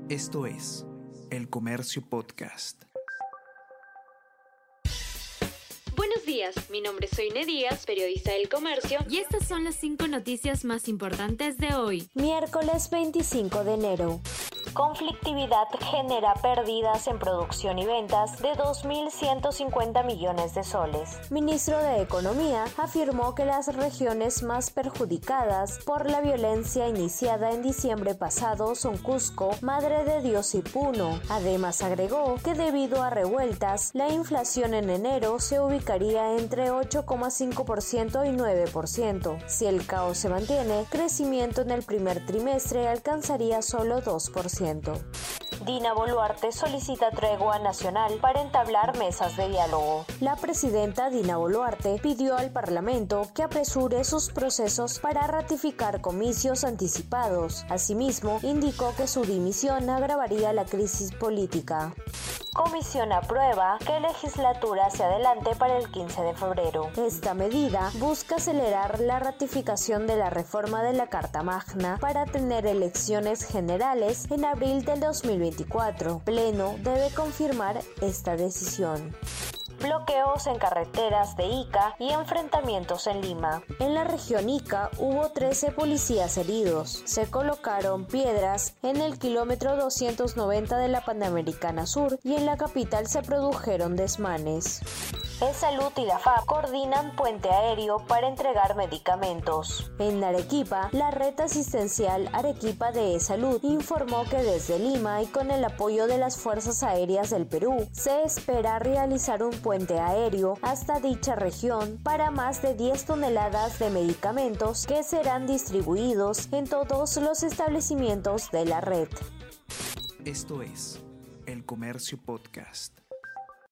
Esto es El Comercio Podcast. Buenos días, mi nombre es Soine Díaz, periodista del Comercio, y estas son las 5 noticias más importantes de hoy. Miércoles 25 de enero. Conflictividad genera pérdidas en producción y ventas de 2.150 millones de soles. Ministro de Economía afirmó que las regiones más perjudicadas por la violencia iniciada en diciembre pasado son Cusco, Madre de Dios y Puno. Además agregó que debido a revueltas, la inflación en enero se ubicaría entre 8,5% y 9%. Si el caos se mantiene, crecimiento en el primer trimestre alcanzaría solo 2%. Dina Boluarte solicita tregua nacional para entablar mesas de diálogo. La presidenta Dina Boluarte pidió al Parlamento que apresure sus procesos para ratificar comicios anticipados. Asimismo, indicó que su dimisión agravaría la crisis política. Comisión aprueba que legislatura se adelante para el 15 de febrero. Esta medida busca acelerar la ratificación de la reforma de la Carta Magna para tener elecciones generales en abril del 2024. Pleno debe confirmar esta decisión. Bloqueos en carreteras de Ica y enfrentamientos en Lima. En la región Ica hubo 13 policías heridos. Se colocaron piedras en el kilómetro 290 de la Panamericana Sur y en la capital se produjeron desmanes. E-Salud y la FAP coordinan puente aéreo para entregar medicamentos. En Arequipa, la red asistencial Arequipa de E-Salud informó que desde Lima y con el apoyo de las Fuerzas Aéreas del Perú, se espera realizar un puente aéreo hasta dicha región para más de 10 toneladas de medicamentos que serán distribuidos en todos los establecimientos de la red. Esto es El Comercio Podcast.